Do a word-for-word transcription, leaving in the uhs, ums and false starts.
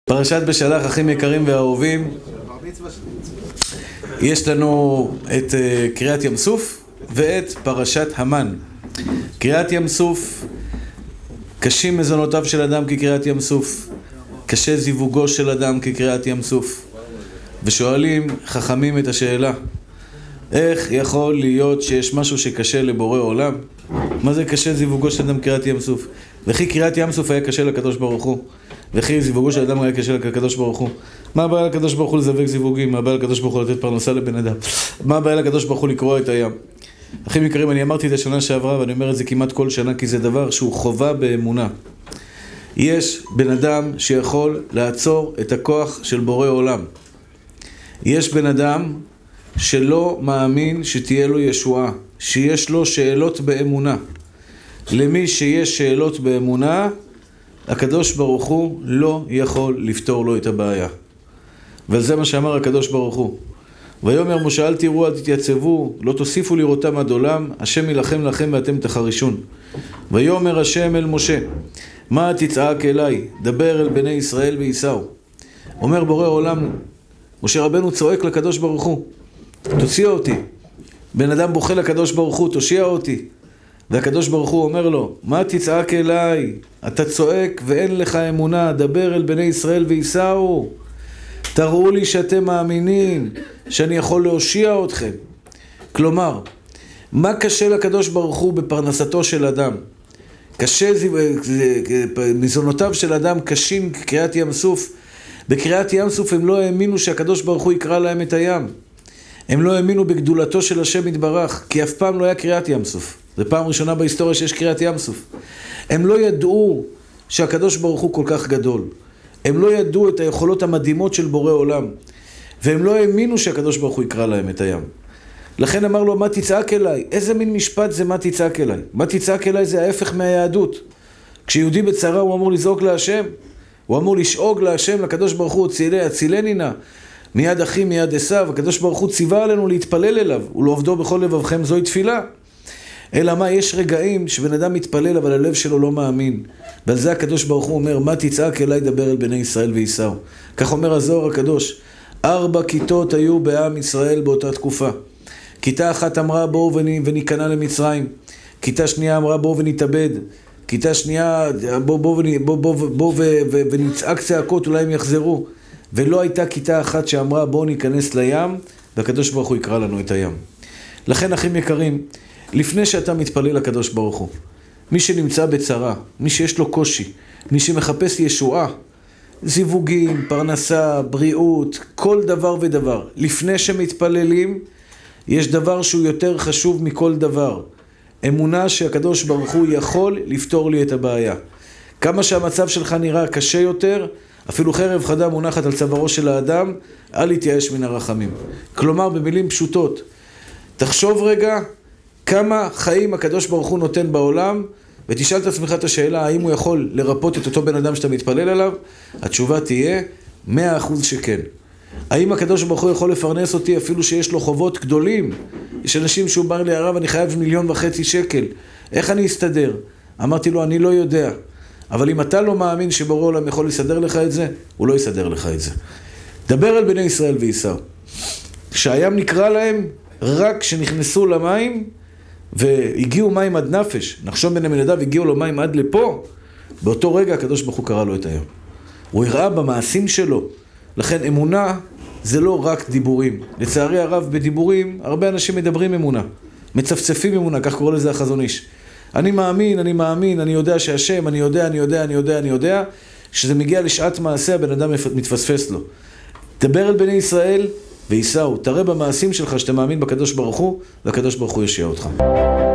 פרשת בשלח, אחים יקרים ואהובים, יש לנו את קריאת ים סוף ואת פרשת המן. קריאת ים סוף, קשים מזונותיו של אדם כקריאת ים סוף, קשה זיווגו של אדם כקריאת ים סוף. ושואלים חכמים את השאלה, איך יכול להיות שיש משהו שקשה לבורא עולם? מה זה קשה זיווגו של אדם קריאת ים סוף? וכי קריאת ים סוף היה קשה לקדוש ברוך הוא, וכי זיווגו של אדם היה קשה לקדוש ברוך הוא. מה הבעיה לקדוש ברוך הוא לזווק זיווגים? מה הבעיה לקדוש ברוך הוא לתת פרנסה לבן אדם? מה הבעיה לקדוש ברוך הוא לקרוא את הים? אחים יקרים, אני אמרתי את השנה שעברה ואני אומר את זה כמעט כל שנה, כי זה דבר שהוא חובה באמונה. יש בן אדם שיכול לעצור את הכוח של בורא עולם. יש בן אדם שלא מאמין שתהיה לו ישועה, שיש לו שאלות באמונה. למי שיש שאלות באמונה, הקדוש ברוך הוא לא יכול לפתור לו את הבעיה. וזה מה שאמר הקדוש ברוך הוא. ויאמר משה, אל תראו, אל תתייצבו, לא תוסיפו לראותם עד עולם, השם ילחם לכם ואתם תחרישון. ויאמר השם אל משה, מה תצעק אליי? דבר אל בני ישראל וייסעו. אומר בורא עולם, משה רבנו צועק לקדוש ברוך הוא, תוציע אותי. בן אדם בוכה לקדוש ברוך הוא, תושיע אותי. והקדוש ברוך הוא אומר לו, מה תצעק אליי? אתה צועק ואין לך אמונה, דבר אל בני ישראל וייסעו. תראו לי שאתם מאמינים שאני יכול להושיע אתכם. כלומר, מה קשה לקדוש ברוך הוא בפרנסתו של אדם? קשה, מזונותיו של אדם קשים כקריאת ים סוף. בקריאת ים סוף הם לא האמינו שהקדוש ברוך הוא יקרא להם את הים. הם לא האמינו בגדולתו של השם יתברך, כי אף פעם לא היה קריאת ים סוף. זו פעם ראשונה בהיסטוריה שיש קריאת ים סוף. הם לא ידעו שהקדוש ברוך הוא כל כך גדול. הם לא ידעו את היכולות המדהימות של בורא עולם. והם לא האמינו שהקדוש ברוך הוא יקרא להם את הים. לכן אמר לו, מה תצעק אליי? איזה מין משפט זה מה תצעק אליי? מה תצעק אליי זה ההפך מהיהדות. כשיהודי בצרה הוא אמור לזעוק להשם. הוא אמור לשאוג להשם, לקדוש ברוך הוא, הצילני נא. מיד אחי, מיד עשיו. הקדוש ברוך הוא ציווה עלינו להתפלל אליו. ולעובדו בכל לבבכם זוהי תפילה. אלא מה, יש רגעים שבן אדם מתפלל אבל הלב שלו לא מאמין. ועל זה הקדוש ברוך הוא אומר, מה תצעק אליי? דבר אל בני ישראל וייסעו. כך אומר הזוהר הקדוש. ארבע כיתות היו בעם ישראל באותה תקופה. כיתה אחת אמרה בואו וניכנע למצרים. כיתה שנייה אמרה בואו ונתאבד. כיתה שנייה בואו בוא, בוא, בוא, בוא, בוא, ונצעק צעקות אולי הם יחזרו. ולא הייתה כיתה אחת שאמרה בואו ניכנס לים והקדוש ברוך הוא יקרא לנו את הים. לכן אחים יקרים, לפני שאתה מתפלל לקדוש ברוך הוא, מי שנמצא בצרה, מי שיש לו קושי, מי שמחפש ישועה, זיווגים, פרנסה, בריאות, כל דבר ודבר, לפני שמתפללים, יש דבר שהוא יותר חשוב מכל דבר. אמונה שהקדוש ברוך הוא יכול לפתור לי את הבעיה. כמה שהמצב שלך נראה קשה יותר, אפילו חרב חדה מונחת על צווארו של האדם, אל יתייאש מן הרחמים. כלומר, במילים פשוטות, תחשוב רגע כמה חיים הקדוש ברוך הוא נותן בעולם, ותשאל את עצמך את השאלה, האם הוא יכול לרפות את אותו בן אדם שאתה מתפלל עליו? התשובה תהיה, מאה אחוז שכן. האם הקדוש ברוך הוא יכול לפרנס אותי אפילו שיש לו חובות גדולים? יש אנשים שהוא בא לי, הרב, אני חייב מיליון וחצי שקל. איך אני אסתדר? אמרתי לו, אני לא יודע. אבל אם אתה לא מאמין שבורא עולם יכול לסדר לך את זה, הוא לא יסדר לך את זה. דבר על בני ישראל וייסעו. כשהים נקרא להם, רק כשנכנסו למים, והגיעו מים עד נפש, נחשון בן המנדב הגיעו לו מים עד לפה, באותו רגע הקדוש ברוך הוא קרא לו את הים. הוא הראה במעשים שלו. לכן אמונה זה לא רק דיבורים. לצערי הרב בדיבורים, הרבה אנשים מדברים אמונה. מצפצפים אמונה, כך קורא לזה החזון איש. אני מאמין, אני מאמין, אני יודע שהשם, אני יודע, אני יודע, אני יודע, אני יודע, שזה מגיע לשעת מעשה, הבן אדם מתפספס לו. דבר אל בני ישראל וייסעו. תראה במעשים שלך שאתה מאמין בקדוש ברוך הוא, והקדוש ברוך הוא יושיע אותך.